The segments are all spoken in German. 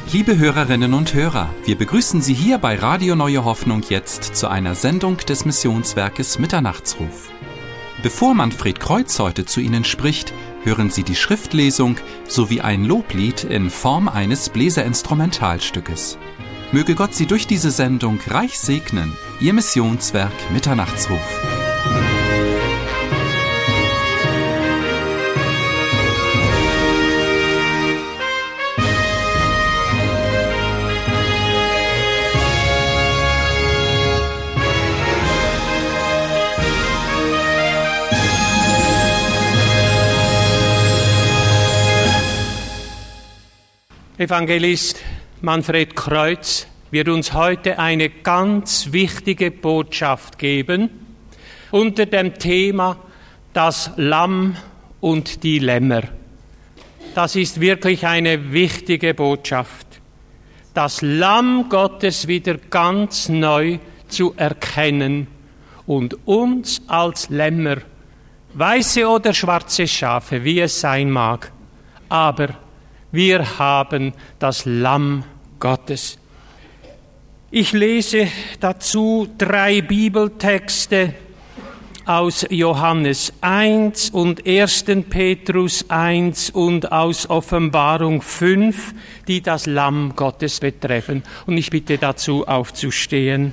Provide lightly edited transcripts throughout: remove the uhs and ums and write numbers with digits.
Liebe Hörerinnen und Hörer, wir begrüßen Sie hier bei Radio Neue Hoffnung jetzt zu einer Sendung des Missionswerkes Mitternachtsruf. Bevor Manfred Kreuz heute zu Ihnen spricht, hören Sie die Schriftlesung sowie ein Loblied in Form eines Bläserinstrumentalstückes. Möge Gott Sie durch diese Sendung reich segnen, Ihr Missionswerk Mitternachtsruf. Evangelist Manfred Kreuz wird uns heute eine ganz wichtige Botschaft geben unter dem Thema das Lamm und die Lämmer. Das ist wirklich eine wichtige Botschaft. Das Lamm Gottes wieder ganz neu zu erkennen und uns als Lämmer, weiße oder schwarze Schafe, wie es sein mag, aber wir haben das Lamm Gottes. Ich lese dazu 3 Bibeltexte aus Johannes 1 und 1. Petrus 1 und aus Offenbarung 5, die das Lamm Gottes betreffen. Und ich bitte dazu aufzustehen.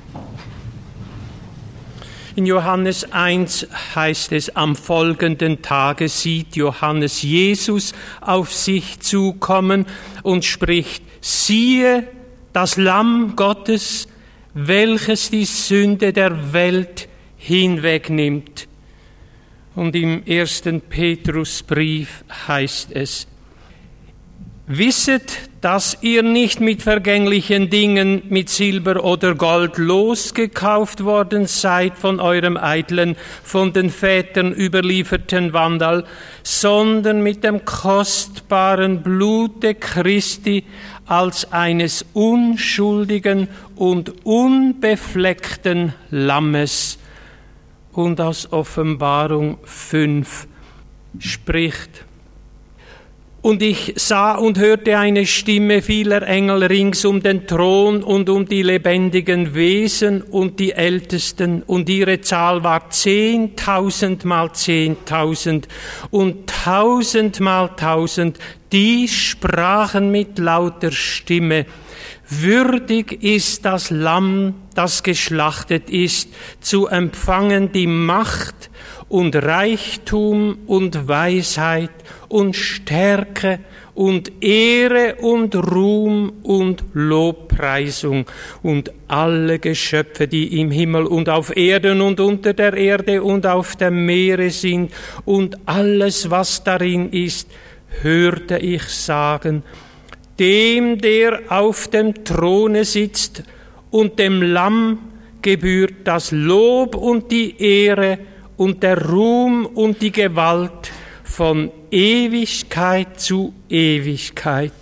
In Johannes 1 heißt es, am folgenden Tage sieht Johannes Jesus auf sich zukommen und spricht, siehe, das Lamm Gottes, welches die Sünde der Welt hinwegnimmt. Und im 1. Petrusbrief heißt es, wisset, dass ihr nicht mit vergänglichen Dingen, mit Silber oder Gold losgekauft worden seid von eurem eitlen, von den Vätern überlieferten Wandel, sondern mit dem kostbaren Blute Christi als eines unschuldigen und unbefleckten Lammes. Und aus Offenbarung 5 spricht, und ich sah und hörte eine Stimme vieler Engel rings um den Thron und um die lebendigen Wesen und die Ältesten, und ihre Zahl war 10.000 mal 10.000 und 1.000 mal 1.000, die sprachen mit lauter Stimme, würdig ist das Lamm, das geschlachtet ist, zu empfangen die Macht und Reichtum und Weisheit und Stärke und Ehre und Ruhm und Lobpreisung und alle Geschöpfe, die im Himmel und auf Erden und unter der Erde und auf dem Meere sind und alles, was darin ist, hörte ich sagen, dem, der auf dem Throne sitzt und dem Lamm gebührt das Lob und die Ehre und der Ruhm und die Gewalt von Ewigkeit zu Ewigkeit.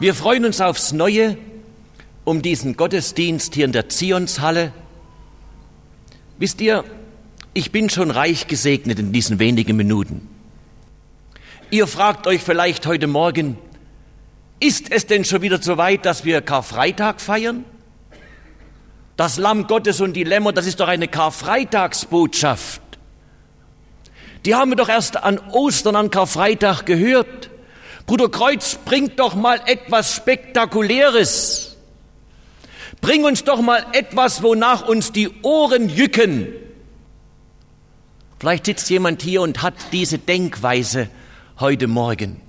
Wir freuen uns aufs Neue um diesen Gottesdienst hier in der Zionshalle. Wisst ihr, ich bin schon reich gesegnet in diesen wenigen Minuten. Ihr fragt euch vielleicht heute Morgen, ist es denn schon wieder so weit, dass wir Karfreitag feiern? Das Lamm Gottes und die Lämmer, das ist doch eine Karfreitagsbotschaft. Die haben wir doch erst an Ostern, an Karfreitag gehört. Bruder Kreuz, bringt doch mal etwas Spektakuläres. Bring uns doch mal etwas, wonach uns die Ohren jücken. Vielleicht sitzt jemand hier und hat diese Denkweise heute Morgen.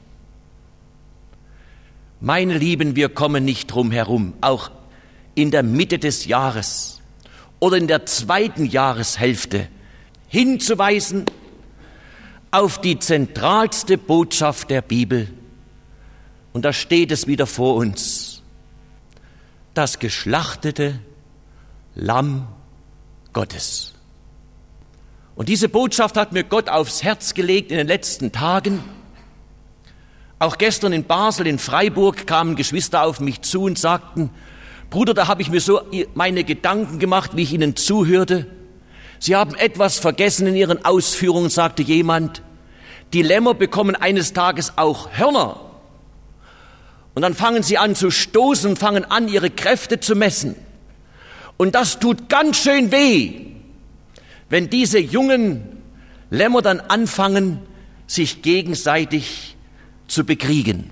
Meine Lieben, wir kommen nicht drum herum, auch in der Mitte des Jahres oder in der zweiten Jahreshälfte hinzuweisen auf die zentralste Botschaft der Bibel. Und da steht es wieder vor uns. Das geschlachtete Lamm Gottes. Und diese Botschaft hat mir Gott aufs Herz gelegt in den letzten Tagen. Auch gestern in Basel, in Freiburg, kamen Geschwister auf mich zu und sagten, Bruder, da habe ich mir so meine Gedanken gemacht, wie ich Ihnen zuhörte. Sie haben etwas vergessen in Ihren Ausführungen, sagte jemand. Die Lämmer bekommen eines Tages auch Hörner. Und dann fangen sie an zu stoßen, fangen an, ihre Kräfte zu messen. Und das tut ganz schön weh, wenn diese jungen Lämmer dann anfangen, sich gegenseitig zu bekriegen.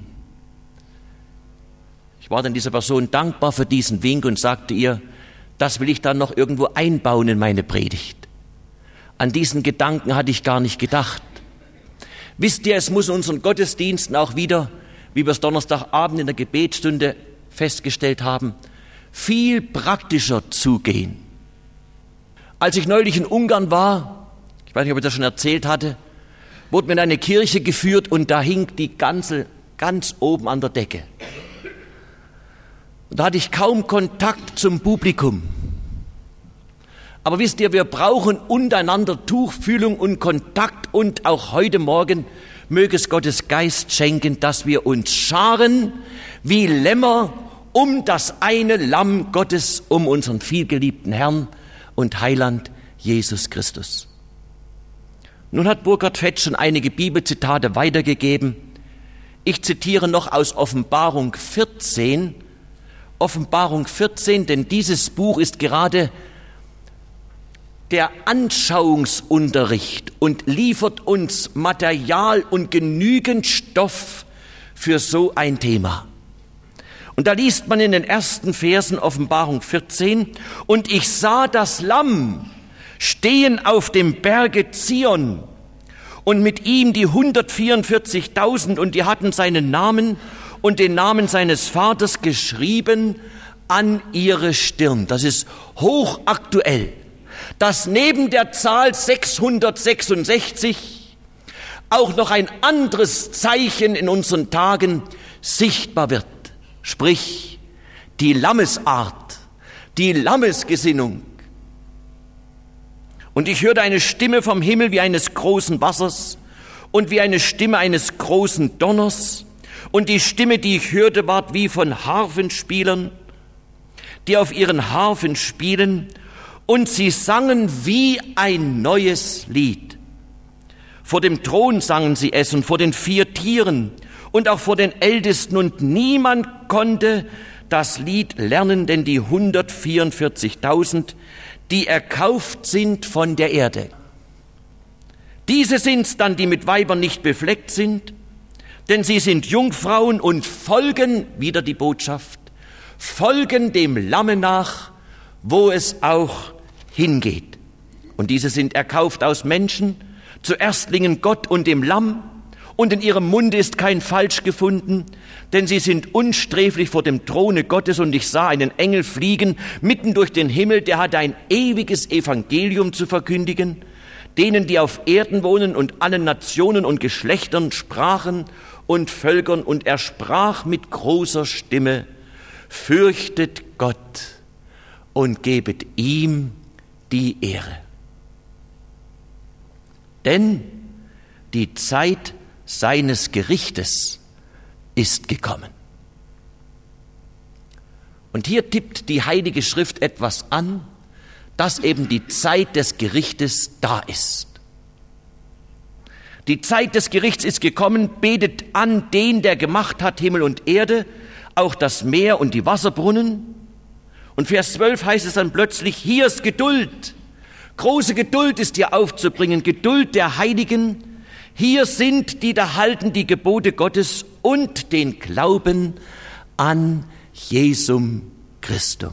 Ich war dann dieser Person dankbar für diesen Wink und sagte ihr, das will ich dann noch irgendwo einbauen in meine Predigt. An diesen Gedanken hatte ich gar nicht gedacht. Wisst ihr, es muss in unseren Gottesdiensten auch wieder, wie wir es Donnerstagabend in der Gebetsstunde festgestellt haben, viel praktischer zugehen. Als ich neulich in Ungarn war, ich weiß nicht, ob ich das schon erzählt hatte, wurde mir in eine Kirche geführt und da hing die Kanzel ganz oben an der Decke. Und da hatte ich kaum Kontakt zum Publikum. Aber wisst ihr, wir brauchen untereinander Tuchfühlung und Kontakt und auch heute Morgen möge es Gottes Geist schenken, dass wir uns scharen wie Lämmer um das eine Lamm Gottes, um unseren vielgeliebten Herrn und Heiland Jesus Christus. Nun hat Burkhard Fetsch schon einige Bibelzitate weitergegeben. Ich zitiere noch aus Offenbarung 14. Offenbarung 14, denn dieses Buch ist gerade der Anschauungsunterricht und liefert uns Material und genügend Stoff für so ein Thema. Und da liest man in den ersten Versen Offenbarung 14, und ich sah das Lamm stehen auf dem Berge Zion und mit ihm die 144.000 und die hatten seinen Namen und den Namen seines Vaters geschrieben an ihre Stirn. Das ist hochaktuell. Dass neben der Zahl 666 auch noch ein anderes Zeichen in unseren Tagen sichtbar wird. Sprich, die Lammesart, die Lammesgesinnung. Und ich hörte eine Stimme vom Himmel wie eines großen Wassers und wie eine Stimme eines großen Donners. Und die Stimme, die ich hörte, ward wie von Harfenspielern, die auf ihren Harfen spielen. Und sie sangen wie ein neues Lied. Vor dem Thron sangen sie es und vor den 4 Tieren und auch vor den Ältesten. Und niemand konnte das Lied lernen, denn die 144.000, die erkauft sind von der Erde. Diese sind's dann, die mit Weibern nicht befleckt sind, denn sie sind Jungfrauen und folgen, wieder die Botschaft, folgen dem Lamme nach, wo es auch hingeht. Und diese sind erkauft aus Menschen, zu Erstlingen Gott und dem Lamm, und in ihrem Munde ist kein Falsch gefunden, denn sie sind unsträflich vor dem Throne Gottes. Und ich sah einen Engel fliegen mitten durch den Himmel, der hatte ein ewiges Evangelium zu verkündigen, denen, die auf Erden wohnen und allen Nationen und Geschlechtern, Sprachen und Völkern. Und er sprach mit großer Stimme, fürchtet Gott und gebet ihm die Ehre. Denn die Zeit seines Gerichtes ist gekommen. Und hier tippt die Heilige Schrift etwas an, dass eben die Zeit des Gerichtes da ist. Die Zeit des Gerichts ist gekommen, betet an den, der gemacht hat Himmel und Erde, auch das Meer und die Wasserbrunnen. Und Vers 12 heißt es dann plötzlich, hier ist Geduld. Große Geduld ist hier aufzubringen, Geduld der Heiligen. Hier sind die da halten die Gebote Gottes und den Glauben an Jesum Christum.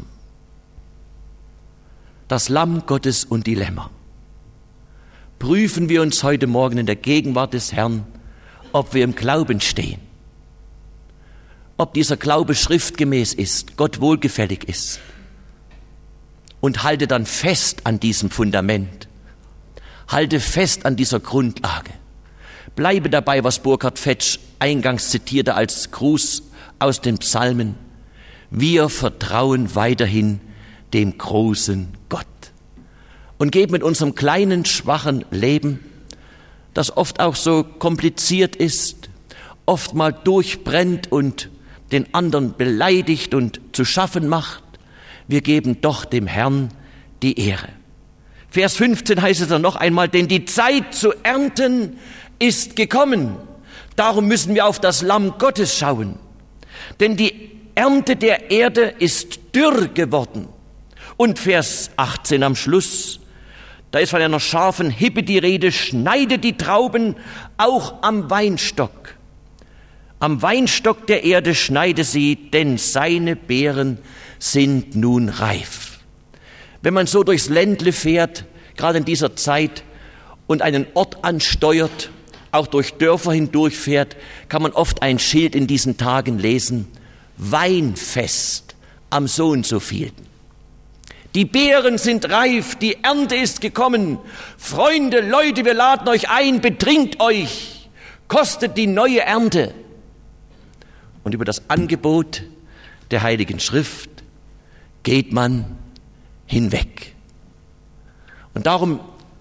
Das Lamm Gottes und die Lämmer. Prüfen wir uns heute Morgen in der Gegenwart des Herrn, ob wir im Glauben stehen. Ob dieser Glaube schriftgemäß ist, Gott wohlgefällig ist. Und halte dann fest an diesem Fundament. Halte fest an dieser Grundlage. Bleibe dabei, was Burkhard Fetsch eingangs zitierte als Gruß aus den Psalmen. Wir vertrauen weiterhin dem großen Gott. Und geben mit unserem kleinen, schwachen Leben, das oft auch so kompliziert ist, oft mal durchbrennt und den anderen beleidigt und zu schaffen macht, wir geben doch dem Herrn die Ehre. Vers 15 heißt es dann noch einmal, denn die Zeit zu ernten ist gekommen. Darum müssen wir auf das Lamm Gottes schauen. Denn die Ernte der Erde ist dürr geworden. Und Vers 18 am Schluss, da ist von einer scharfen Hippe die Rede, schneide die Trauben auch am Weinstock. Am Weinstock der Erde schneide sie, denn seine Beeren sind nun reif. Wenn man so durchs Ländle fährt, gerade in dieser Zeit, und einen Ort ansteuert, auch durch Dörfer hindurchfährt, kann man oft ein Schild in diesen Tagen lesen, Weinfest am so und so vielten. Die Beeren sind reif, die Ernte ist gekommen. Freunde, Leute, wir laden euch ein, betrinkt euch, kostet die neue Ernte. Und über das Angebot der Heiligen Schrift geht man hinweg. Und darum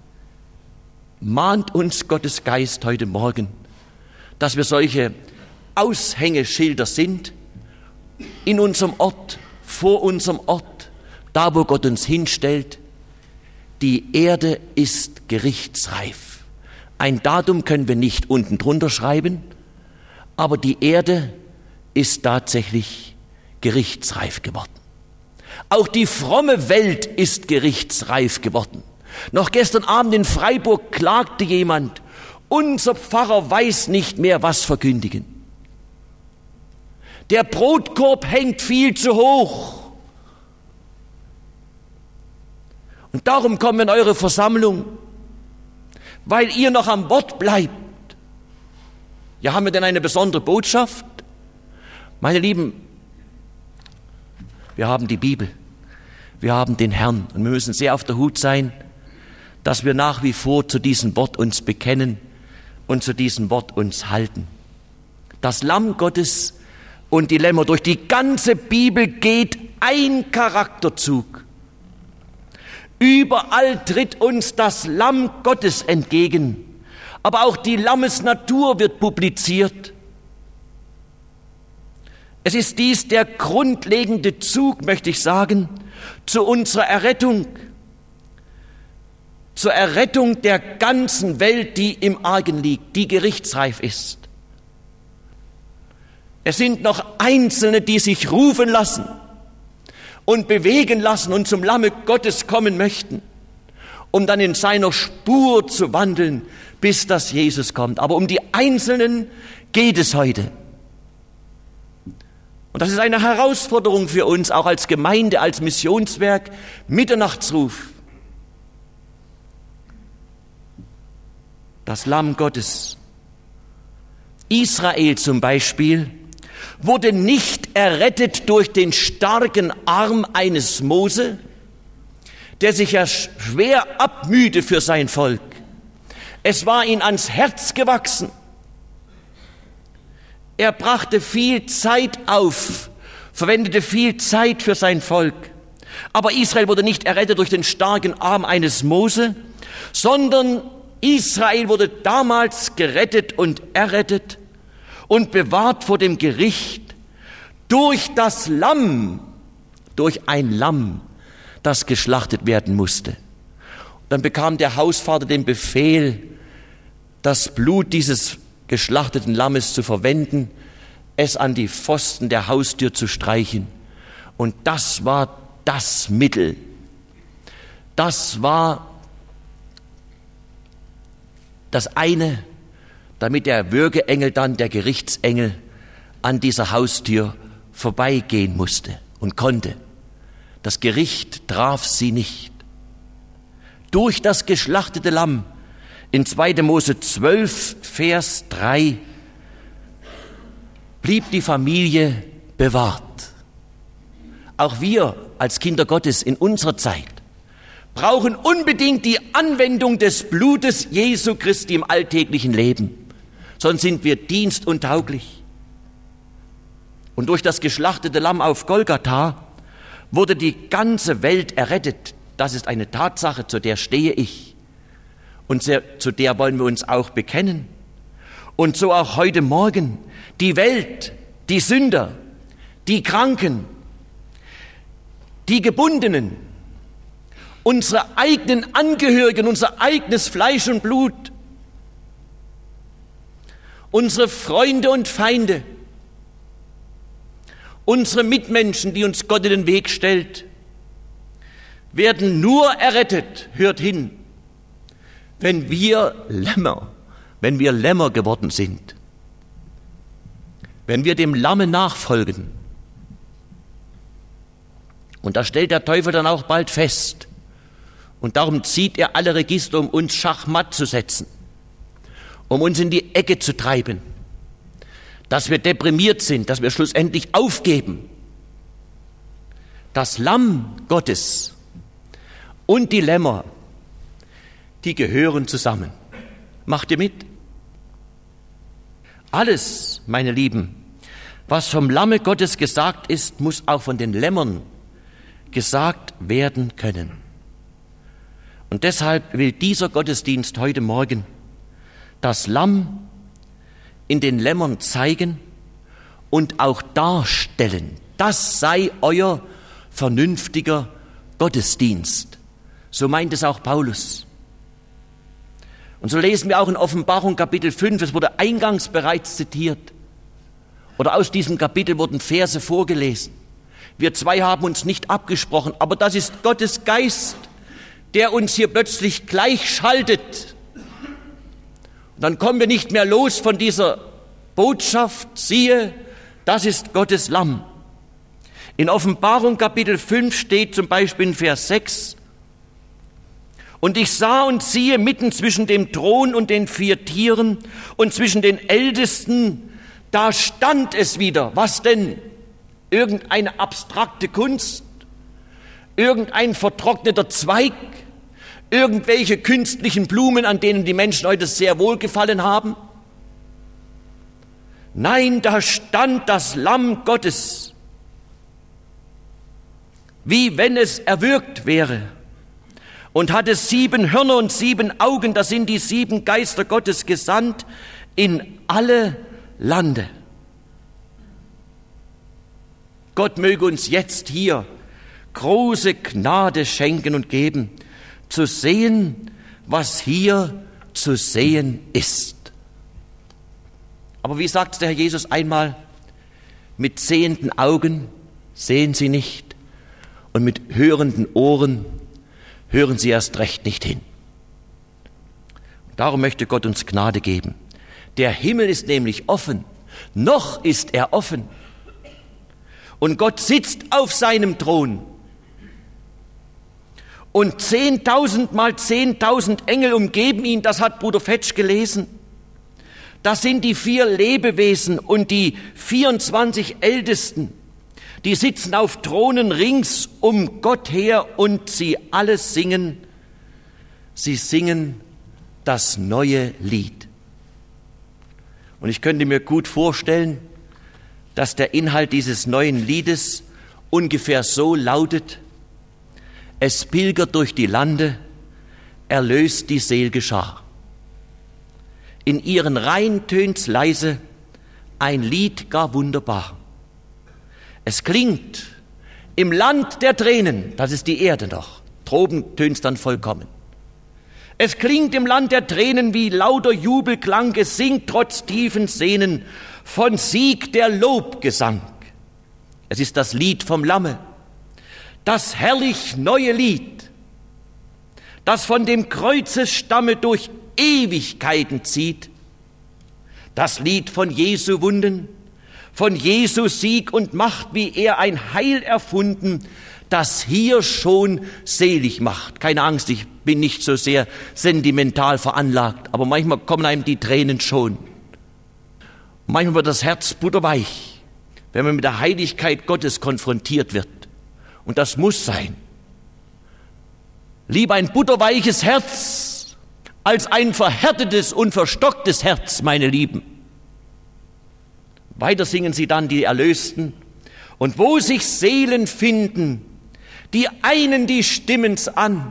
mahnt uns Gottes Geist heute Morgen, dass wir solche Aushängeschilder sind, in unserem Ort, vor unserem Ort, da wo Gott uns hinstellt. Die Erde ist gerichtsreif. Ein Datum können wir nicht unten drunter schreiben, aber die Erde ist tatsächlich gerichtsreif geworden. Auch die fromme Welt ist gerichtsreif geworden. Noch gestern Abend in Freiburg klagte jemand, unser Pfarrer weiß nicht mehr, was verkündigen. Der Brotkorb hängt viel zu hoch. Und darum kommen wir in eure Versammlung, weil ihr noch am Wort bleibt. Ja, haben wir denn eine besondere Botschaft? Meine Lieben, wir haben die Bibel, wir haben den Herrn und wir müssen sehr auf der Hut sein, dass wir nach wie vor zu diesem Wort uns bekennen und zu diesem Wort uns halten. Das Lamm Gottes und die Lämmer, durch die ganze Bibel geht ein Charakterzug. Überall tritt uns das Lamm Gottes entgegen, aber auch die Lammesnatur wird publiziert. Es ist dies der grundlegende Zug, möchte ich sagen, zu unserer Errettung, zur Errettung der ganzen Welt, die im Argen liegt, die gerichtsreif ist. Es sind noch Einzelne, die sich rufen lassen und bewegen lassen und zum Lamme Gottes kommen möchten, um dann in seiner Spur zu wandeln, bis das Jesus kommt. Aber um die Einzelnen geht es heute. Und das ist eine Herausforderung für uns, auch als Gemeinde, als Missionswerk, Mitternachtsruf. Das Lamm Gottes. Israel zum Beispiel wurde nicht errettet durch den starken Arm eines Mose, der sich ja schwer abmühte für sein Volk. Es war ihm ans Herz gewachsen. Er brachte viel Zeit auf, verwendete viel Zeit für sein Volk. Aber Israel wurde nicht errettet durch den starken Arm eines Mose, sondern Israel wurde damals gerettet und errettet und bewahrt vor dem Gericht durch das Lamm, durch ein Lamm, das geschlachtet werden musste. Dann bekam der Hausvater den Befehl, das Blut dieses geschlachteten Lammes zu verwenden, es an die Pfosten der Haustür zu streichen. Und das war das Mittel. Das war das eine, damit der Würgeengel dann, der Gerichtsengel, an dieser Haustür vorbeigehen musste und konnte. Das Gericht traf sie nicht. Durch das geschlachtete Lamm in 2. Mose 12, Vers 3 blieb die Familie bewahrt. Auch wir als Kinder Gottes in unserer Zeit brauchen unbedingt die Anwendung des Blutes Jesu Christi im alltäglichen Leben. Sonst sind wir dienstuntauglich. Und durch das geschlachtete Lamm auf Golgatha wurde die ganze Welt errettet. Das ist eine Tatsache, zu der stehe ich. Und zu der wollen wir uns auch bekennen. Und so auch heute Morgen. Die Welt, die Sünder, die Kranken, die Gebundenen, unsere eigenen Angehörigen, unser eigenes Fleisch und Blut, unsere Freunde und Feinde, unsere Mitmenschen, die uns Gott in den Weg stellt, werden nur errettet, hört hin, wenn wir Lämmer geworden sind, wenn wir dem Lamme nachfolgen. Und das stellt der Teufel dann auch bald fest. Und darum zieht er alle Register, um uns schachmatt zu setzen, um uns in die Ecke zu treiben, dass wir deprimiert sind, dass wir schlussendlich aufgeben. Das Lamm Gottes und die Lämmer, die gehören zusammen. Macht ihr mit? Alles, meine Lieben, was vom Lamme Gottes gesagt ist, muss auch von den Lämmern gesagt werden können. Und deshalb will dieser Gottesdienst heute Morgen das Lamm in den Lämmern zeigen und auch darstellen. Das sei euer vernünftiger Gottesdienst. So meint es auch Paulus. Und so lesen wir auch in Offenbarung Kapitel 5, es wurde eingangs bereits zitiert. Oder aus diesem Kapitel wurden Verse vorgelesen. Wir zwei haben uns nicht abgesprochen, aber das ist Gottes Geist, der uns hier plötzlich gleichschaltet. Und dann kommen wir nicht mehr los von dieser Botschaft, siehe, das ist Gottes Lamm. In Offenbarung Kapitel 5 steht zum Beispiel in Vers 6, und ich sah und siehe mitten zwischen dem Thron und den 4 Tieren und zwischen den Ältesten, da stand es wieder. Was denn? Irgendeine abstrakte Kunst? Irgendein vertrockneter Zweig? Irgendwelche künstlichen Blumen, an denen die Menschen heute sehr wohlgefallen haben? Nein, da stand das Lamm Gottes, wie wenn es erwürgt wäre, und hatte 7 Hörner und 7 Augen, das sind die 7 Geister Gottes gesandt in alle Lande. Gott möge uns jetzt hier große Gnade schenken und geben, zu sehen, was hier zu sehen ist. Aber wie sagt der Herr Jesus einmal, mit sehenden Augen sehen sie nicht und mit hörenden Ohren hören sie erst recht nicht hin. Darum möchte Gott uns Gnade geben. Der Himmel ist nämlich offen, noch ist er offen. Und Gott sitzt auf seinem Thron. Und 10.000 mal 10.000 Engel umgeben ihn, das hat Bruder Fetsch gelesen. Das sind die 4 Lebewesen und die 24 Ältesten. Die sitzen auf Thronen rings um Gott her und sie alle singen. Sie singen das neue Lied. Und ich könnte mir gut vorstellen, dass der Inhalt dieses neuen Liedes ungefähr so lautet: Es pilgert durch die Lande, erlöst die sel'ge Schar. In ihren Reihen tönt's leise, ein Lied gar wunderbar. Es klingt Im Land der Tränen, das ist die Erde noch. Droben tönt's dann vollkommen. Es klingt im Land der Tränen wie lauter Jubelklang, es singt trotz tiefen Sehnen von Sieg der Lobgesang. Es ist das Lied vom Lamme, das herrlich neue Lied, das von dem Kreuzesstamme durch Ewigkeiten zieht. Das Lied von Jesu Wunden, von Jesu Sieg und Macht, wie er ein Heil erfunden, das hier schon selig macht. Keine Angst, ich bin nicht so sehr sentimental veranlagt, aber manchmal kommen einem die Tränen schon. Manchmal wird das Herz butterweich, wenn man mit der Heiligkeit Gottes konfrontiert wird. Und das muss sein. Lieber ein butterweiches Herz als ein verhärtetes und verstocktes Herz, meine Lieben. Weiter singen sie dann die Erlösten. Und wo sich Seelen finden, die einen, die stimmen's an.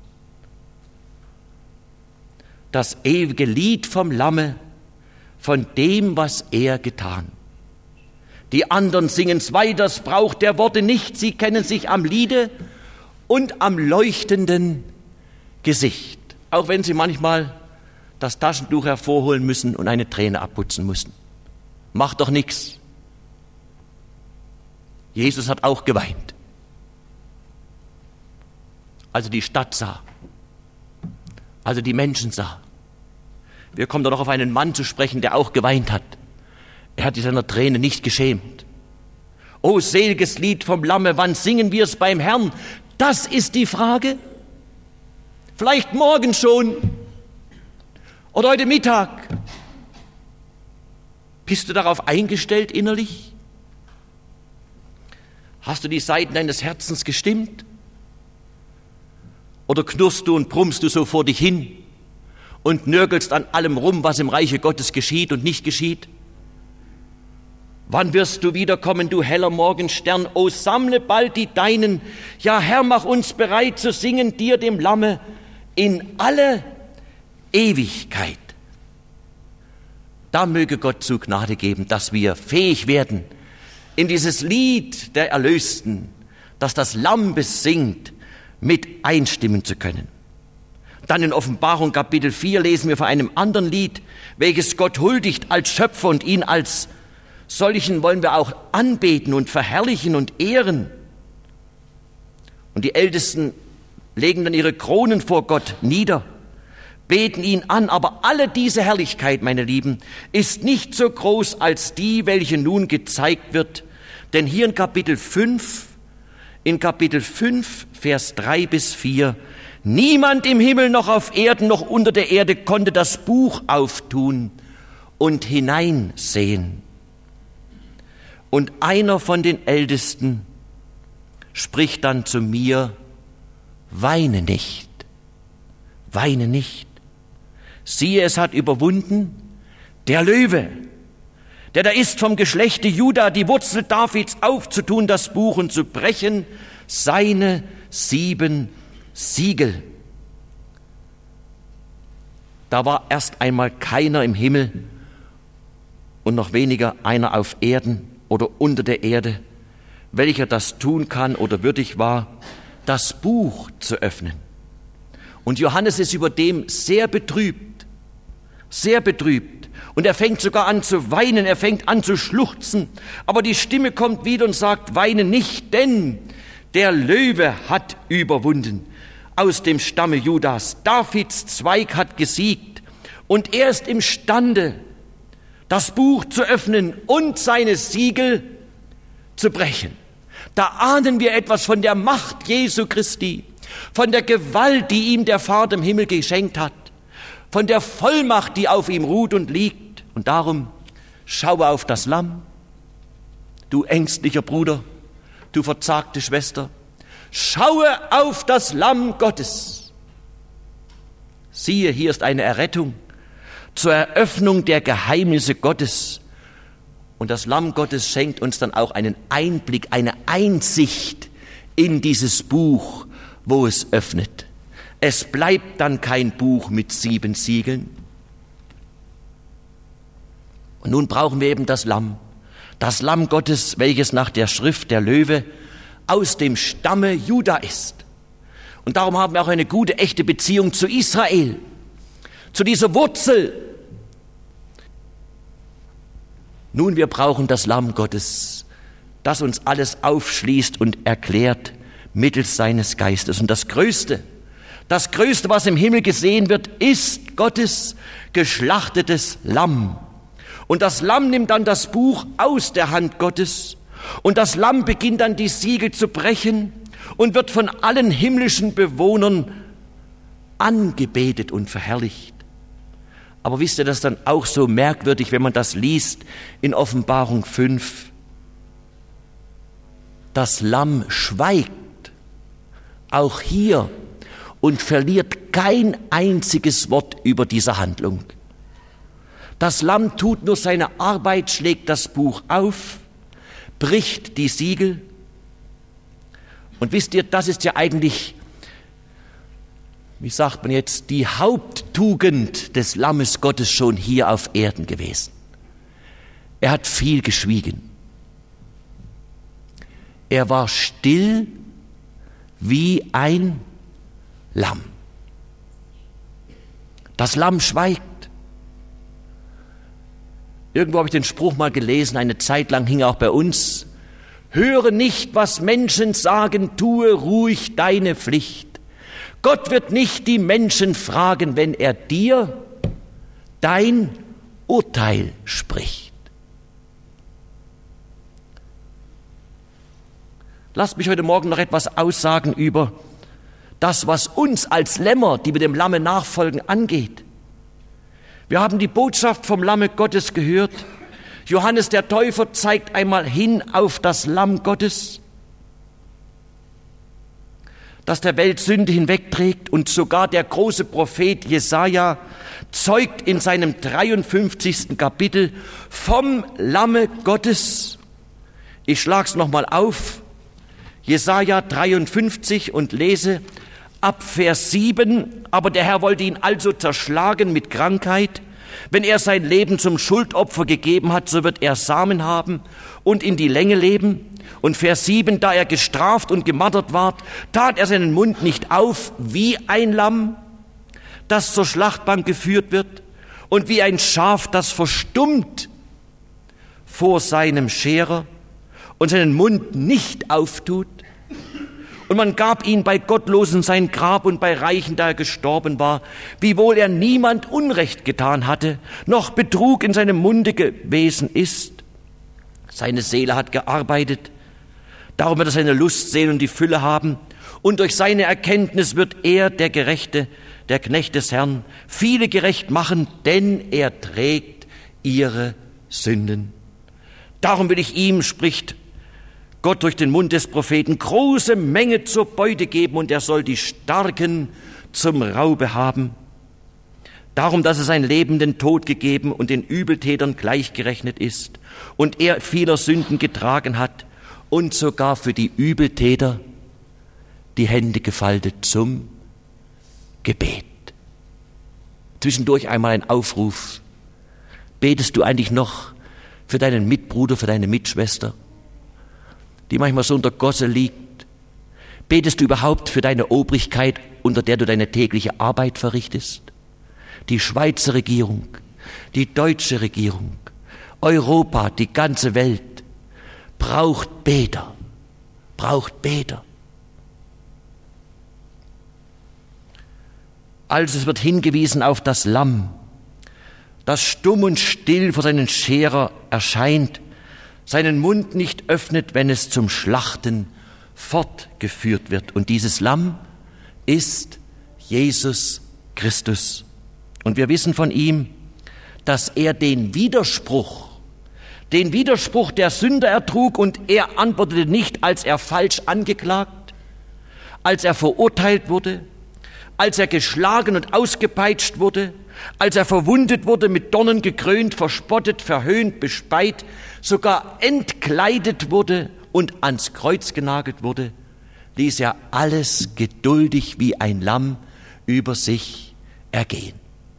Das ewige Lied vom Lamme, von dem, was er getan. Die anderen singen's weiter, es braucht der Worte nicht, sie kennen sich am Liede und am leuchtenden Gesicht. Auch wenn sie manchmal das Taschentuch hervorholen müssen und eine Träne abputzen müssen. Macht doch nichts. Jesus hat auch geweint. Als er die Stadt sah, als er die Menschen sah. Wir kommen doch noch auf einen Mann zu sprechen, der auch geweint hat. Er hat sich seiner Träne nicht geschämt. O seliges Lied vom Lamme, wann singen wir es beim Herrn? Das ist die Frage. Vielleicht morgen schon oder heute Mittag. Bist du darauf eingestellt innerlich? Hast du die Saiten deines Herzens gestimmt? Oder knurrst du und brummst du so vor dich hin und nörgelst an allem rum, was im Reiche Gottes geschieht und nicht geschieht? Wann wirst du wiederkommen, du heller Morgenstern? O sammle bald die Deinen. Ja, Herr, mach uns bereit zu singen dir, dem Lamme, in alle Ewigkeit. Da möge Gott zu Gnade geben, dass wir fähig werden, in dieses Lied der Erlösten, das das Lamm besingt, mit einstimmen zu können. Dann in Offenbarung Kapitel 4 lesen wir von einem anderen Lied, welches Gott huldigt als Schöpfer, und ihn als solchen wollen wir auch anbeten und verherrlichen und ehren. Und die Ältesten legen dann ihre Kronen vor Gott nieder, beten ihn an, aber alle diese Herrlichkeit, meine Lieben, ist nicht so groß als die, welche nun gezeigt wird, denn hier in Kapitel 5, Vers 3 bis 4, niemand im Himmel noch auf Erden noch unter der Erde konnte das Buch auftun und hineinsehen. Und einer von den Ältesten spricht dann zu mir, weine nicht, weine nicht. Siehe, es hat überwunden der Löwe, der da ist vom Geschlechte Juda, die Wurzel Davids, aufzutun das Buch und zu brechen seine 7 Siegel. Da war erst einmal keiner im Himmel und noch weniger einer auf Erden oder unter der Erde, welcher das tun kann oder würdig war, das Buch zu öffnen. Und Johannes ist über dem sehr betrübt. Und er fängt sogar an zu weinen, er fängt an zu schluchzen. Aber die Stimme kommt wieder und sagt, weine nicht, denn der Löwe hat überwunden. Aus dem Stamme Judas, Davids Zweig hat gesiegt. Und er ist imstande, das Buch zu öffnen und seine Siegel zu brechen. Da ahnen wir etwas von der Macht Jesu Christi, von der Gewalt, die ihm der Vater im Himmel geschenkt hat, von der Vollmacht, die auf ihm ruht und liegt. Und darum schaue auf das Lamm, du ängstlicher Bruder, du verzagte Schwester, schaue auf das Lamm Gottes. Siehe, hier ist eine Errettung zur Eröffnung der Geheimnisse Gottes. Und das Lamm Gottes schenkt uns dann auch einen Einblick, eine Einsicht in dieses Buch, wo es öffnet. Es bleibt dann kein Buch mit 7 Siegeln. Und nun brauchen wir eben das Lamm Gottes, welches nach der Schrift der Löwe aus dem Stamme Juda ist. Und darum haben wir auch eine gute, echte Beziehung zu Israel, zu dieser Wurzel. Nun, wir brauchen das Lamm Gottes, das uns alles aufschließt und erklärt mittels seines Geistes. Und das Größte, was im Himmel gesehen wird, ist Gottes geschlachtetes Lamm. Und das Lamm nimmt dann das Buch aus der Hand Gottes. Und das Lamm beginnt dann die Siegel zu brechen und wird von allen himmlischen Bewohnern angebetet und verherrlicht. Aber wisst ihr, das ist dann auch so merkwürdig, wenn man das liest in Offenbarung 5. Das Lamm schweigt, auch hier, und verliert kein einziges Wort über diese Handlung. Das Lamm tut nur seine Arbeit, schlägt das Buch auf, bricht die Siegel. Und wisst ihr, das ist ja eigentlich, wie sagt man jetzt, die Haupttugend des Lammes Gottes schon hier auf Erden gewesen. Er hat viel geschwiegen. Er war still wie ein Lamm. Das Lamm schweigt. Irgendwo habe ich den Spruch mal gelesen, eine Zeit lang hing auch bei uns: Höre nicht, was Menschen sagen, tue ruhig deine Pflicht. Gott wird nicht die Menschen fragen, wenn er dir dein Urteil spricht. Lasst mich heute Morgen noch etwas aussagen über das, was uns als Lämmer, die wir dem Lamme nachfolgen, angeht. Wir haben die Botschaft vom Lamme Gottes gehört. Johannes der Täufer zeigt einmal hin auf das Lamm Gottes, das der Welt Sünde hinwegträgt, und sogar der große Prophet Jesaja zeugt in seinem 53. Kapitel vom Lamme Gottes. Ich schlag's nochmal auf, Jesaja 53, und lese ab Vers 7. Aber der Herr wollte ihn also zerschlagen mit Krankheit. Wenn er sein Leben zum Schuldopfer gegeben hat, so wird er Samen haben und in die Länge leben. Und Vers 7, da er gestraft und gemartert ward, tat er seinen Mund nicht auf wie ein Lamm, das zur Schlachtbank geführt wird, und wie ein Schaf, das verstummt vor seinem Scherer und seinen Mund nicht auftut. Und man gab ihn bei Gottlosen sein Grab und bei Reichen, da er gestorben war, wiewohl er niemand Unrecht getan hatte, noch Betrug in seinem Munde gewesen ist. Seine Seele hat gearbeitet, darum wird er seine Lust sehen und die Fülle haben. Und durch seine Erkenntnis wird er, der Gerechte, der Knecht des Herrn, viele gerecht machen, denn er trägt ihre Sünden. Darum will ich ihm, spricht Gott durch den Mund des Propheten, große Menge zur Beute geben, und er soll die Starken zum Raube haben. Darum, dass er sein Leben den Tod gegeben und den Übeltätern gleichgerechnet ist und er vieler Sünden getragen hat und sogar für die Übeltäter die Hände gefaltet zum Gebet. Zwischendurch einmal ein Aufruf: Betest du eigentlich noch für deinen Mitbruder, für deine Mitschwester, die manchmal so unter Gosse liegt? Betest du überhaupt für deine Obrigkeit, unter der du deine tägliche Arbeit verrichtest? Die Schweizer Regierung, die deutsche Regierung, Europa, die ganze Welt braucht Beter, braucht Beter. Also es wird hingewiesen auf das Lamm, das stumm und still vor seinen Scherer erscheint, seinen Mund nicht öffnet, wenn es zum Schlachten fortgeführt wird. Und dieses Lamm ist Jesus Christus. Und wir wissen von ihm, dass er den Widerspruch der Sünder ertrug, und er antwortete nicht, als er falsch angeklagt, als er verurteilt wurde, als er geschlagen und ausgepeitscht wurde, als er verwundet wurde, mit Dornen gekrönt, verspottet, verhöhnt, bespeit, sogar entkleidet wurde und ans Kreuz genagelt wurde, ließ er alles geduldig wie ein Lamm über sich ergehen,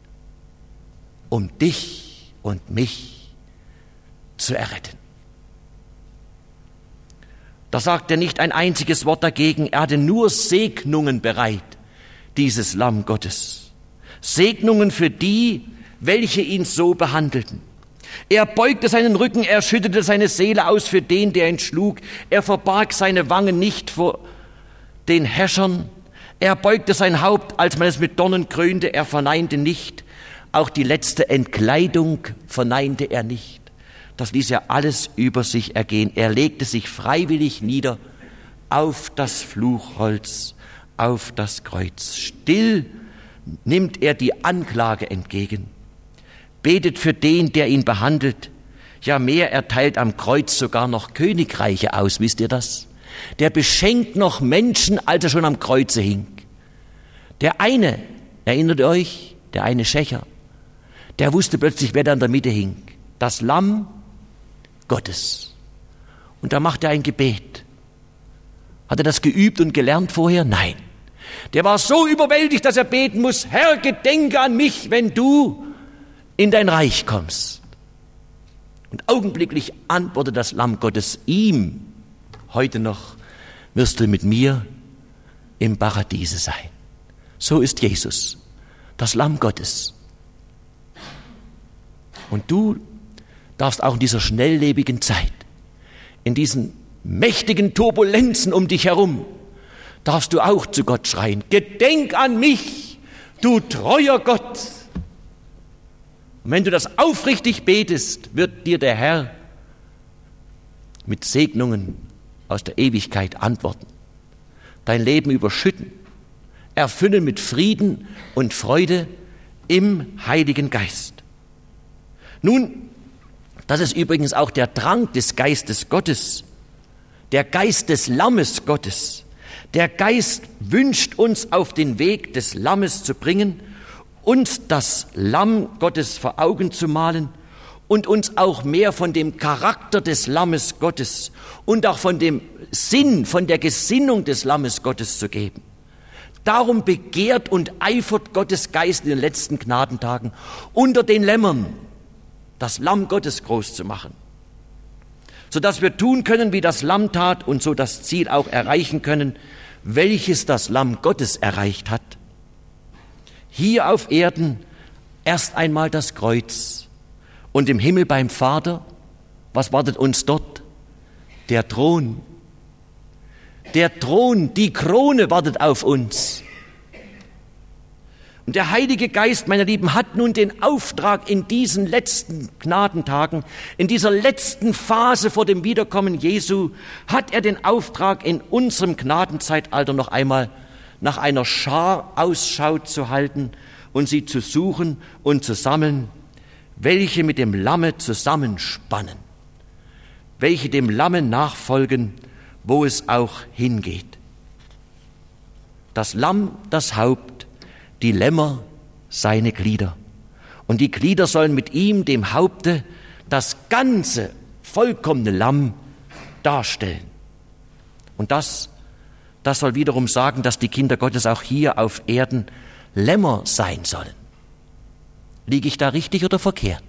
um dich und mich zu erretten. Da sagt er nicht ein einziges Wort dagegen. Er hatte nur Segnungen bereit, dieses Lamm Gottes. Segnungen für die, welche ihn so behandelten. Er beugte seinen Rücken, er schüttete seine Seele aus für den, der ihn schlug. Er verbarg seine Wangen nicht vor den Häschern. Er beugte sein Haupt, als man es mit Dornen krönte. Er verneinte nicht. Auch die letzte Entkleidung verneinte er nicht. Das ließ er alles über sich ergehen. Er legte sich freiwillig nieder auf das Fluchholz, auf das Kreuz. Still nimmt er die Anklage entgegen, betet für den, der ihn behandelt. Ja, mehr, er teilt am Kreuz sogar noch Königreiche aus, wisst ihr das? Der beschenkt noch Menschen, als er schon am Kreuze hing. Der eine, erinnert ihr euch, der eine Schächer, der wusste plötzlich, wer da in der Mitte hing. Das Lamm Gottes. Und da macht er ein Gebet. Hat er das geübt und gelernt vorher? Nein. Der war so überwältigt, dass er beten muss: Herr, gedenke an mich, wenn du in dein Reich kommst. Und augenblicklich antwortet das Lamm Gottes ihm: Heute noch wirst du mit mir im Paradiese sein. So ist Jesus, das Lamm Gottes. Und du darfst auch in dieser schnelllebigen Zeit, in diesen mächtigen Turbulenzen um dich herum, darfst du auch zu Gott schreien: Gedenk an mich, du treuer Gott. Und wenn du das aufrichtig betest, wird dir der Herr mit Segnungen aus der Ewigkeit antworten, dein Leben überschütten, erfüllen mit Frieden und Freude im Heiligen Geist. Nun, das ist übrigens auch der Drang des Geistes Gottes, der Geist des Lammes Gottes. Der Geist wünscht uns auf den Weg des Lammes zu bringen, uns das Lamm Gottes vor Augen zu malen und uns auch mehr von dem Charakter des Lammes Gottes und auch von dem Sinn, von der Gesinnung des Lammes Gottes zu geben. Darum begehrt und eifert Gottes Geist in den letzten Gnadentagen, unter den Lämmern das Lamm Gottes groß zu machen, sodass wir tun können, wie das Lamm tat, und so das Ziel auch erreichen können, welches das Lamm Gottes erreicht hat. Hier auf Erden erst einmal das Kreuz und im Himmel beim Vater, was wartet uns dort? Der Thron. Der Thron, die Krone wartet auf uns. Und der Heilige Geist, meine Lieben, hat nun den Auftrag in diesen letzten Gnadentagen, in dieser letzten Phase vor dem Wiederkommen Jesu, hat er den Auftrag, in unserem Gnadenzeitalter noch einmal nach einer Schar Ausschau zu halten und sie zu suchen und zu sammeln, welche mit dem Lamme zusammenspannen, welche dem Lamme nachfolgen, wo es auch hingeht. Das Lamm, das Haupt, die Lämmer, seine Glieder. Und die Glieder sollen mit ihm, dem Haupte, das ganze vollkommene Lamm darstellen. Und das soll wiederum sagen, dass die Kinder Gottes auch hier auf Erden Lämmer sein sollen. Liege ich da richtig oder verkehrt?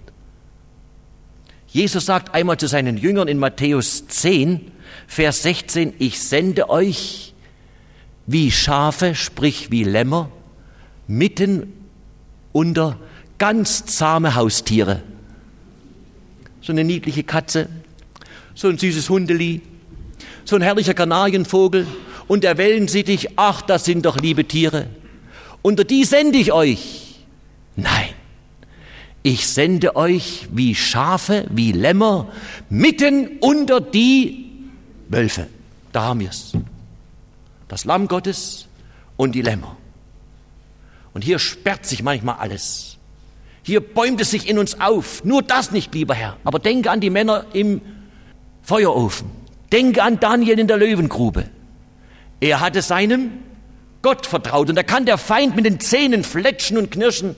Jesus sagt einmal zu seinen Jüngern in Matthäus 10, Vers 16, ich sende euch wie Schafe, sprich wie Lämmer, mitten unter ganz zahme Haustiere. So eine niedliche Katze, so ein süßes Hundeli, so ein herrlicher Kanarienvogel und der Wellensittich, ach, das sind doch liebe Tiere. Unter die sende ich euch. Nein, ich sende euch wie Schafe, wie Lämmer, mitten unter die Wölfe. Da haben wir es. Das Lamm Gottes und die Lämmer. Und hier sperrt sich manchmal alles. Hier bäumt es sich in uns auf. Nur das nicht, lieber Herr. Aber denke an die Männer im Feuerofen. Denke an Daniel in der Löwengrube. Er hatte seinem Gott vertraut. Und da kann der Feind mit den Zähnen fletschen und knirschen.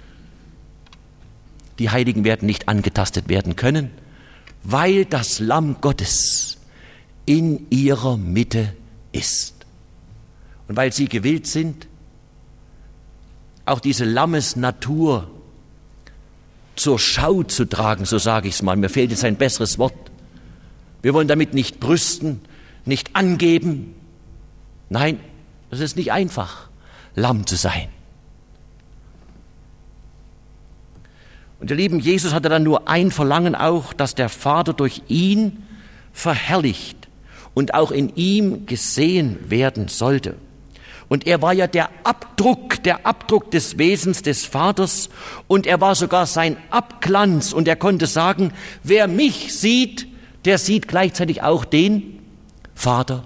Die Heiligen werden nicht angetastet werden können, weil das Lamm Gottes in ihrer Mitte ist. Und weil sie gewillt sind, auch diese Lammesnatur zur Schau zu tragen, so sage ich es mal. Mir fehlt jetzt ein besseres Wort. Wir wollen damit nicht brüsten, nicht angeben. Nein, es ist nicht einfach, Lamm zu sein. Und der liebe Jesus hatte dann nur ein Verlangen auch, dass der Vater durch ihn verherrlicht und auch in ihm gesehen werden sollte. Und er war ja der Abdruck des Wesens des Vaters und er war sogar sein Abglanz und er konnte sagen, wer mich sieht, der sieht gleichzeitig auch den Vater.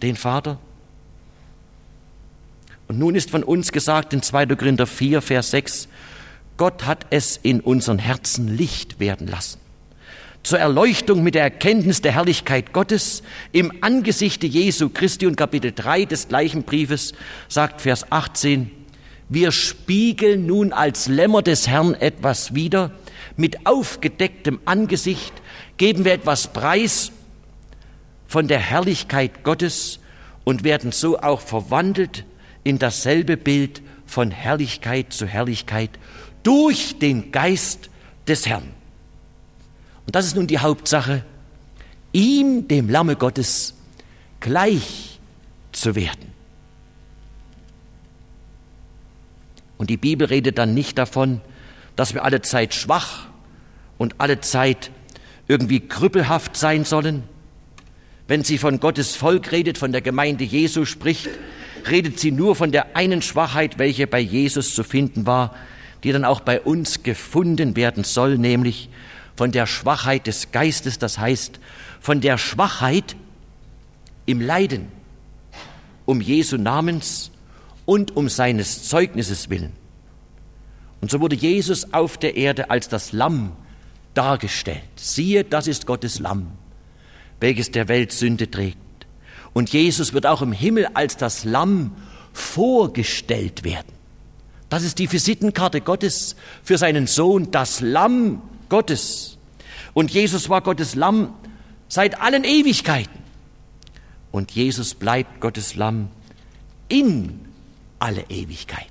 Und nun ist von uns gesagt in 2. Korinther 4, Vers 6, Gott hat es in unseren Herzen Licht werden lassen. Zur Erleuchtung mit der Erkenntnis der Herrlichkeit Gottes im Angesichte Jesu Christi. Und Kapitel 3 des gleichen Briefes sagt Vers 18, wir spiegeln nun als Lämmer des Herrn etwas wider, mit aufgedecktem Angesicht geben wir etwas preis von der Herrlichkeit Gottes und werden so auch verwandelt in dasselbe Bild von Herrlichkeit zu Herrlichkeit durch den Geist des Herrn. Und das ist nun die Hauptsache, ihm, dem Lamme Gottes, gleich zu werden. Und die Bibel redet dann nicht davon, dass wir alle Zeit schwach und alle Zeit irgendwie krüppelhaft sein sollen. Wenn sie von Gottes Volk redet, von der Gemeinde Jesu spricht, redet sie nur von der einen Schwachheit, welche bei Jesus zu finden war, die dann auch bei uns gefunden werden soll, nämlich von der Schwachheit des Geistes, das heißt von der Schwachheit im Leiden, um Jesu Namens und um seines Zeugnisses willen. Und so wurde Jesus auf der Erde als das Lamm dargestellt. Siehe, das ist Gottes Lamm, welches der Welt Sünde trägt. Und Jesus wird auch im Himmel als das Lamm vorgestellt werden. Das ist die Visitenkarte Gottes für seinen Sohn, das Lamm Gottes. Und Jesus war Gottes Lamm seit allen Ewigkeiten. Und Jesus bleibt Gottes Lamm in alle Ewigkeit.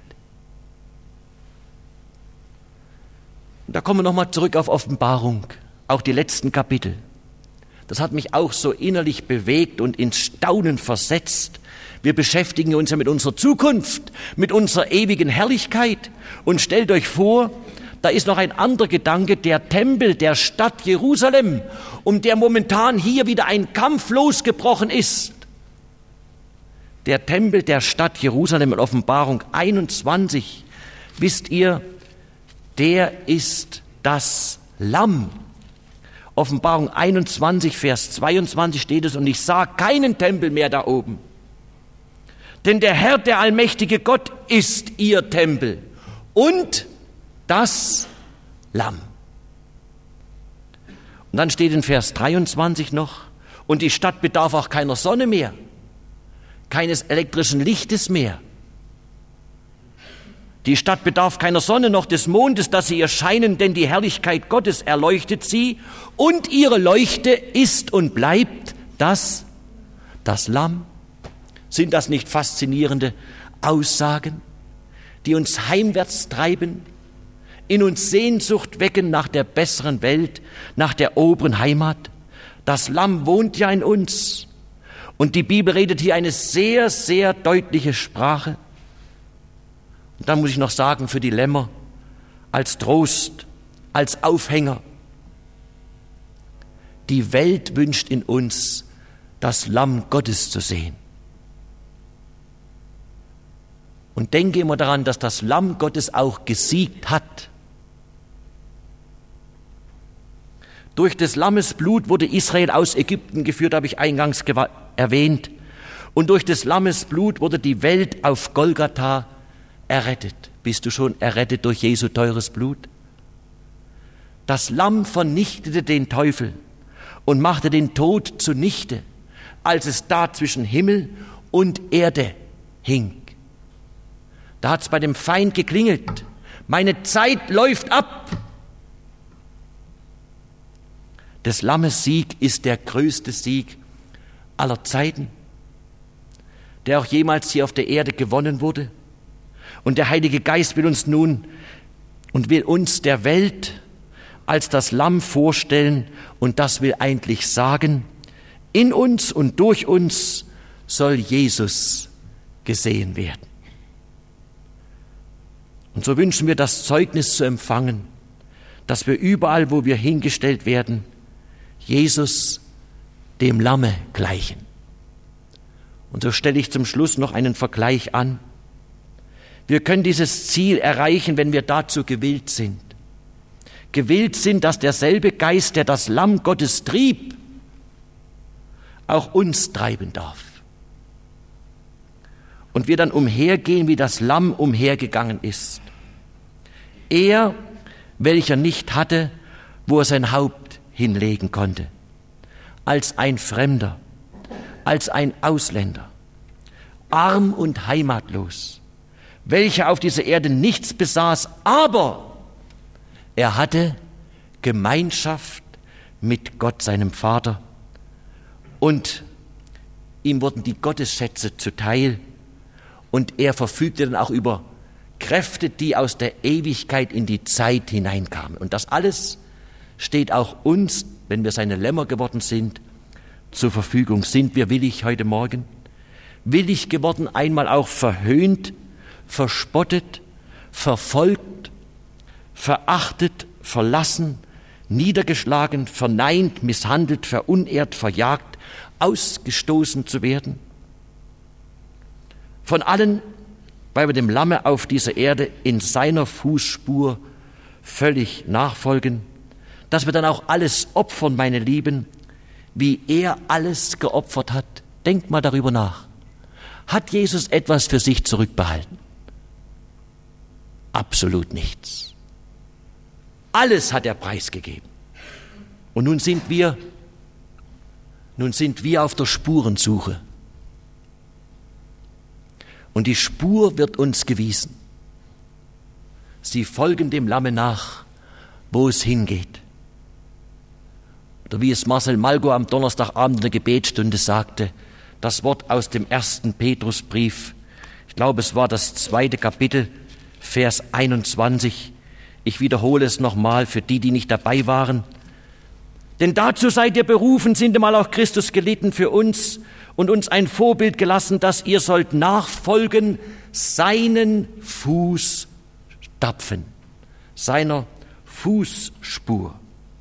Und da kommen wir nochmal zurück auf Offenbarung, auch die letzten Kapitel. Das hat mich auch so innerlich bewegt und ins Staunen versetzt. Wir beschäftigen uns ja mit unserer Zukunft, mit unserer ewigen Herrlichkeit. Und stellt euch vor, da ist noch ein anderer Gedanke, der Tempel der Stadt Jerusalem, um der momentan hier wieder ein Kampf losgebrochen ist. Der Tempel der Stadt Jerusalem in Offenbarung 21, wisst ihr, der ist das Lamm. Offenbarung 21, Vers 22 steht es, und ich sah keinen Tempel mehr da oben. Denn der Herr, der allmächtige Gott, ist ihr Tempel und das Lamm. Und dann steht in Vers 23 noch, und die Stadt bedarf auch keiner Sonne mehr, keines elektrischen Lichtes mehr. Die Stadt bedarf keiner Sonne noch des Mondes, dass sie ihr scheinen, denn die Herrlichkeit Gottes erleuchtet sie und ihre Leuchte ist und bleibt das Lamm. Sind das nicht faszinierende Aussagen, die uns heimwärts treiben, in uns Sehnsucht wecken nach der besseren Welt, nach der oberen Heimat? Das Lamm wohnt ja in uns. Und die Bibel redet hier eine sehr, sehr deutliche Sprache. Und dann muss ich noch sagen, für die Lämmer, als Trost, als Aufhänger. Die Welt wünscht in uns, das Lamm Gottes zu sehen. Und denke immer daran, dass das Lamm Gottes auch gesiegt hat. Durch des Lammes Blut wurde Israel aus Ägypten geführt, habe ich eingangs erwähnt. Und durch des Lammes Blut wurde die Welt auf Golgatha errettet. Bist du schon errettet durch Jesu teures Blut? Das Lamm vernichtete den Teufel und machte den Tod zunichte, als es da zwischen Himmel und Erde hing. Da hat es bei dem Feind geklingelt. Meine Zeit läuft ab. Des Lammes Sieg ist der größte Sieg aller Zeiten, der auch jemals hier auf der Erde gewonnen wurde. Und der Heilige Geist will uns nun und will uns der Welt als das Lamm vorstellen. Und das will eigentlich sagen, In uns und durch uns soll Jesus gesehen werden. Und so wünschen wir das Zeugnis zu empfangen, dass wir überall, wo wir hingestellt werden, Jesus, dem Lamme, gleichen. Und so stelle ich zum Schluss noch einen Vergleich an. Wir können dieses Ziel erreichen, wenn wir dazu gewillt sind. Gewillt sind, dass derselbe Geist, der das Lamm Gottes trieb, auch uns treiben darf. Und wir dann umhergehen, wie das Lamm umhergegangen ist. Er, welcher nicht hatte, wo er sein Haupt hinlegen konnte, als ein Fremder, als ein Ausländer, arm und heimatlos, welcher auf dieser Erde nichts besaß, aber er hatte Gemeinschaft mit Gott, seinem Vater, und ihm wurden die Gottesschätze zuteil und er verfügte dann auch über Kräfte, die aus der Ewigkeit in die Zeit hineinkamen. Und das alles steht auch uns, wenn wir seine Lämmer geworden sind, zur Verfügung. Sind wir willig heute Morgen? Willig geworden, einmal auch verhöhnt, verspottet, verfolgt, verachtet, verlassen, niedergeschlagen, verneint, misshandelt, verunehrt, verjagt, ausgestoßen zu werden? Von allen, weil wir dem Lamme auf dieser Erde in seiner Fußspur völlig nachfolgen, dass wir dann auch alles opfern, meine Lieben, wie er alles geopfert hat. Denkt mal darüber nach. Hat Jesus etwas für sich zurückbehalten? Absolut nichts. Alles hat er preisgegeben. Und nun sind wir auf der Spurensuche. Und die Spur wird uns gewiesen. Sie folgen dem Lamme nach, wo es hingeht. Oder wie es Marcel Malgo am Donnerstagabend in der Gebetsstunde sagte, das Wort aus dem 1. Petrusbrief, ich glaube, es war das 2. Kapitel, Vers 21. Ich wiederhole es nochmal für die, die nicht dabei waren. Denn dazu seid ihr berufen, sind einmal auch Christus gelitten für uns und uns ein Vorbild gelassen, dass ihr sollt nachfolgen, seinen Fußstapfen, seiner Fußspur.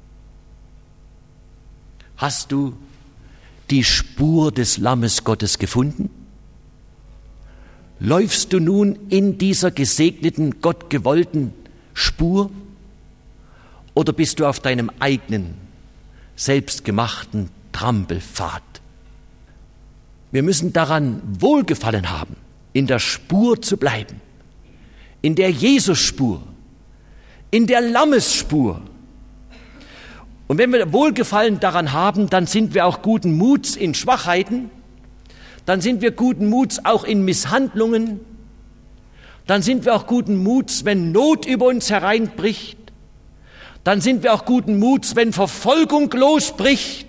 Hast du die Spur des Lammes Gottes gefunden? Läufst du nun in dieser gesegneten, gottgewollten Spur? Oder bist du auf deinem eigenen, selbstgemachten Trampelpfad? Wir müssen daran Wohlgefallen haben, in der Spur zu bleiben, in der Jesus-Spur, in der Lammesspur. Und wenn wir Wohlgefallen daran haben, dann sind wir auch guten Muts in Schwachheiten, dann sind wir guten Muts auch in Misshandlungen, dann sind wir auch guten Muts, wenn Not über uns hereinbricht, dann sind wir auch guten Muts, wenn Verfolgung losbricht,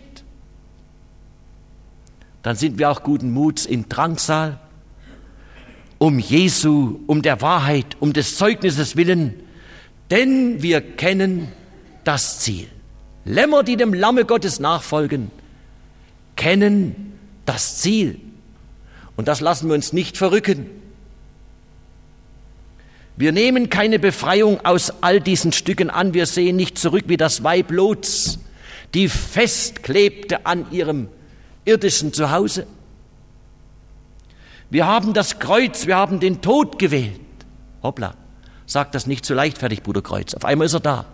dann sind wir auch guten Muts in Drangsal, um Jesu, um der Wahrheit, um des Zeugnisses willen, denn wir kennen das Ziel. Lämmer, die dem Lamme Gottes nachfolgen, kennen das Ziel. Und das lassen wir uns nicht verrücken. Wir nehmen keine Befreiung aus all diesen Stücken an. Wir sehen nicht zurück wie das Weib Lots, die festklebte an ihrem irdischen Zuhause. Wir haben das Kreuz, wir haben den Tod gewählt. Hoppla, sag das nicht so leichtfertig, Bruder Kreuz. Auf einmal ist er da.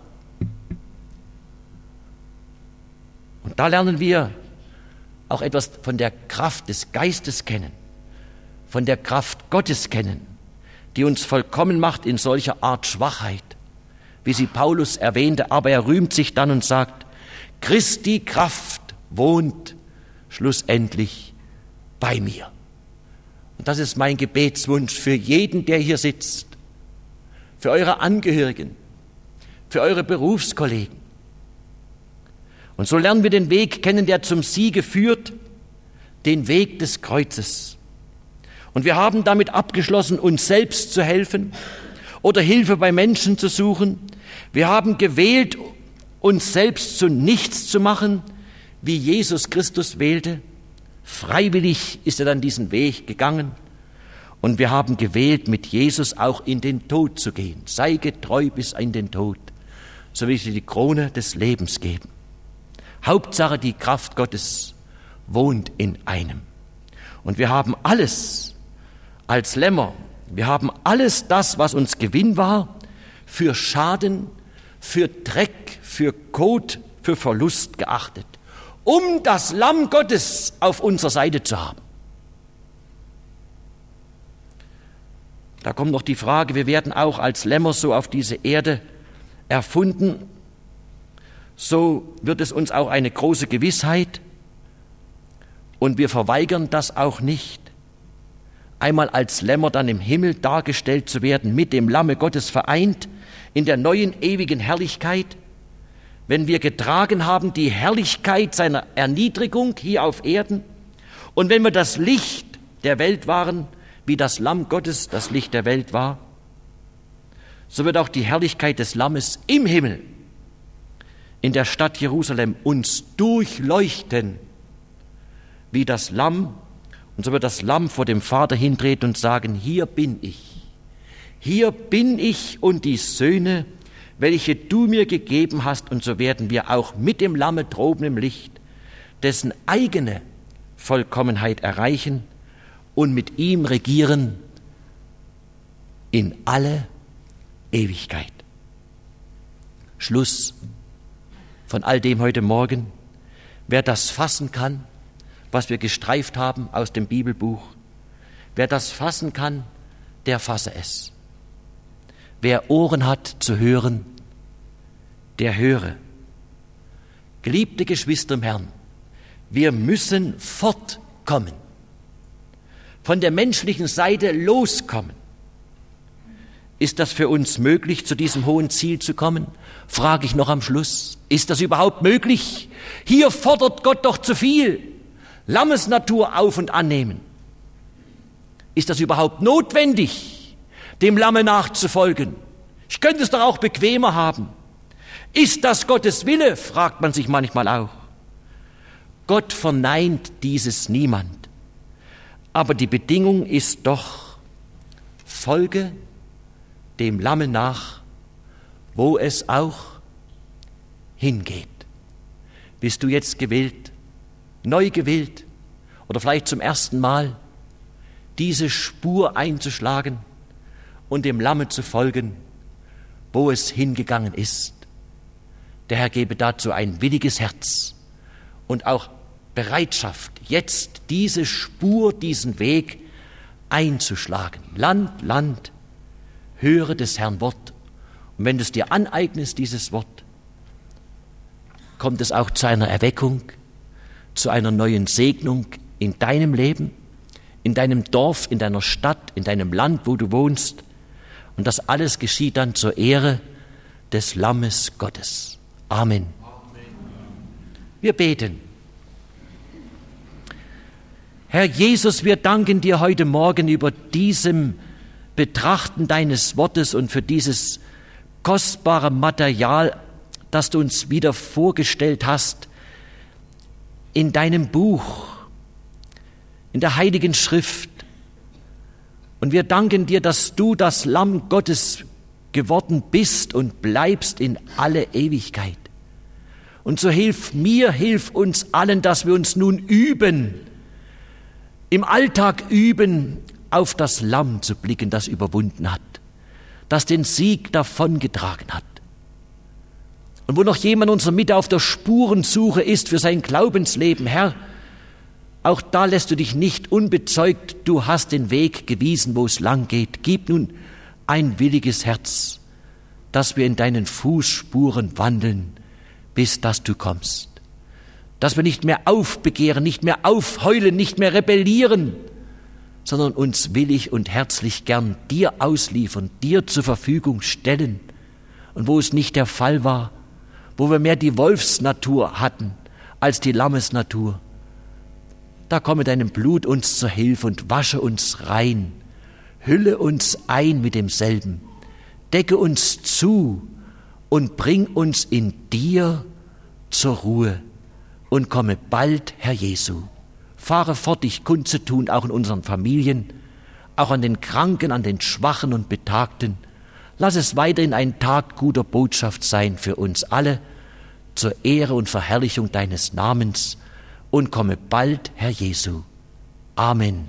Und da lernen wir auch etwas von der Kraft des Geistes kennen, von der Kraft Gottes kennen, die uns vollkommen macht in solcher Art Schwachheit, wie sie Paulus erwähnte, aber er rühmt sich dann und sagt, Christi Kraft wohnt schlussendlich bei mir. Und das ist mein Gebetswunsch für jeden, der hier sitzt, für eure Angehörigen, für eure Berufskollegen. Und so lernen wir den Weg kennen, der zum Siege führt, den Weg des Kreuzes. Und wir haben damit abgeschlossen, uns selbst zu helfen oder Hilfe bei Menschen zu suchen. Wir haben gewählt, uns selbst zu nichts zu machen. wie Jesus Christus wählte. Freiwillig ist er dann diesen Weg gegangen. Und wir haben gewählt, mit Jesus auch in den Tod zu gehen. Sei getreu bis in den Tod, so will ich dir die Krone des Lebens geben. Hauptsache, die Kraft Gottes wohnt in einem. Und wir haben alles als Lämmer, wir haben alles das, was uns Gewinn war, für Schaden, für Dreck, für Kot, für Verlust geachtet, um das Lamm Gottes auf unserer Seite zu haben. Da kommt noch die Frage, wir werden auch als Lämmer so auf diese Erde erfunden. So wird es uns auch eine große Gewissheit und wir verweigern das auch nicht, einmal als Lämmer dann im Himmel dargestellt zu werden, mit dem Lamme Gottes vereint, in der neuen ewigen Herrlichkeit, wenn wir getragen haben die Herrlichkeit seiner Erniedrigung hier auf Erden und wenn wir das Licht der Welt waren, wie das Lamm Gottes das Licht der Welt war, so wird auch die Herrlichkeit des Lammes im Himmel, in der Stadt Jerusalem, uns durchleuchten, wie das Lamm. Und so wird das Lamm vor dem Vater hintreten und sagen, hier bin ich und die Söhne, welche du mir gegeben hast. Und so werden wir auch mit dem Lamme droben im Licht dessen eigene Vollkommenheit erreichen und mit ihm regieren in alle Ewigkeit. Schluss von all dem heute Morgen. Wer das fassen kann, was wir gestreift haben aus dem Bibelbuch, wer das fassen kann, der fasse es. Wer Ohren hat zu hören, der höre. Geliebte Geschwister im Herrn, wir müssen fortkommen, von der menschlichen Seite loskommen. Ist das für uns möglich, zu diesem hohen Ziel zu kommen? Frage ich noch am Schluss. Ist das überhaupt möglich? Hier fordert Gott doch zu viel. Lammesnatur auf und annehmen. Ist das überhaupt notwendig, dem Lamme nachzufolgen? Ich könnte es doch auch bequemer haben. Ist das Gottes Wille? Fragt man sich manchmal auch. Gott verneint dieses niemand. Aber die Bedingung ist doch, folge dem Lamme nach, wo es auch hingeht. Bist du jetzt gewillt, neu gewillt oder vielleicht zum ersten Mal diese Spur einzuschlagen und dem Lamme zu folgen, wo es hingegangen ist? Der Herr gebe dazu ein williges Herz und auch Bereitschaft, jetzt diese Spur, diesen Weg einzuschlagen. Land, höre des Herrn Wort. Und wenn du es dir aneignest, dieses Wort, kommt es auch zu einer Erweckung, zu einer neuen Segnung in deinem Leben, in deinem Dorf, in deiner Stadt, in deinem Land, wo du wohnst. Und das alles geschieht dann zur Ehre des Lammes Gottes. Amen. Wir beten. Herr Jesus, wir danken dir heute Morgen über diesem Betrachten deines Wortes und für dieses kostbare Material, das du uns wieder vorgestellt hast in deinem Buch, in der Heiligen Schrift. Und wir danken dir, dass du das Lamm Gottes geworden bist und bleibst in alle Ewigkeit. Und so hilf mir, hilf uns allen, dass wir uns nun üben, im Alltag üben, auf das Lamm zu blicken, das überwunden hat, das den Sieg davongetragen hat. Und wo noch jemand unserer Mitte auf der Spurensuche ist für sein Glaubensleben, Herr, auch da lässt du dich nicht unbezeugt, du hast den Weg gewiesen, wo es lang geht. Gib nun ein williges Herz, dass wir in deinen Fußspuren wandeln, bis dass du kommst. Dass wir nicht mehr aufbegehren, nicht mehr aufheulen, nicht mehr rebellieren, sondern uns willig und herzlich gern dir ausliefern, dir zur Verfügung stellen. Und wo es nicht der Fall war, wo wir mehr die Wolfsnatur hatten als die Lammesnatur, da komme deinem Blut uns zur Hilfe und wasche uns rein, hülle uns ein mit demselben, decke uns zu und bring uns in dir zur Ruhe und komme bald, Herr Jesu. Fahre fort, dich kundzutun, auch in unseren Familien, auch an den Kranken, an den Schwachen und Betagten. Lass es weiterhin ein Tag guter Botschaft sein für uns alle, zur Ehre und Verherrlichung deines Namens, und komme bald, Herr Jesu. Amen.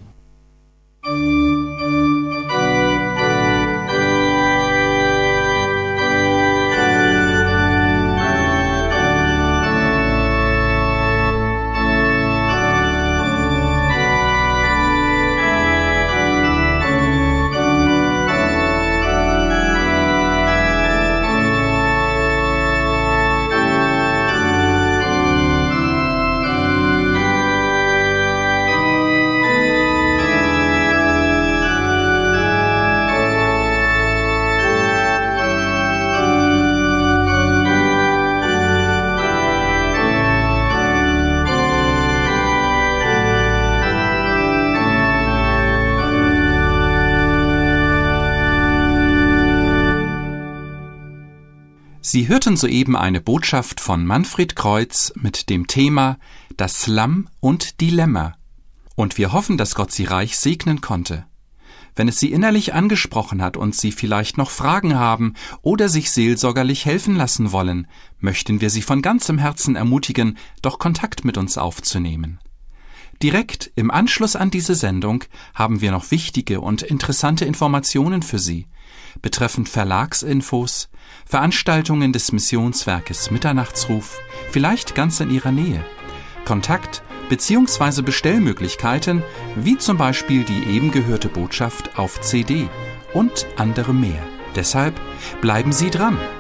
Sie hörten soeben eine Botschaft von Manfred Kreuz mit dem Thema Das Lamm und die Lämmer. Und wir hoffen, dass Gott Sie reich segnen konnte. Wenn es Sie innerlich angesprochen hat und Sie vielleicht noch Fragen haben oder sich seelsorgerlich helfen lassen wollen, möchten wir Sie von ganzem Herzen ermutigen, doch Kontakt mit uns aufzunehmen. Direkt im Anschluss an diese Sendung haben wir noch wichtige und interessante Informationen für Sie, betreffend Verlagsinfos, Veranstaltungen des Missionswerkes Mitternachtsruf, vielleicht ganz in Ihrer Nähe, Kontakt bzw. Bestellmöglichkeiten, wie zum Beispiel die eben gehörte Botschaft auf CD und andere mehr. Deshalb bleiben Sie dran.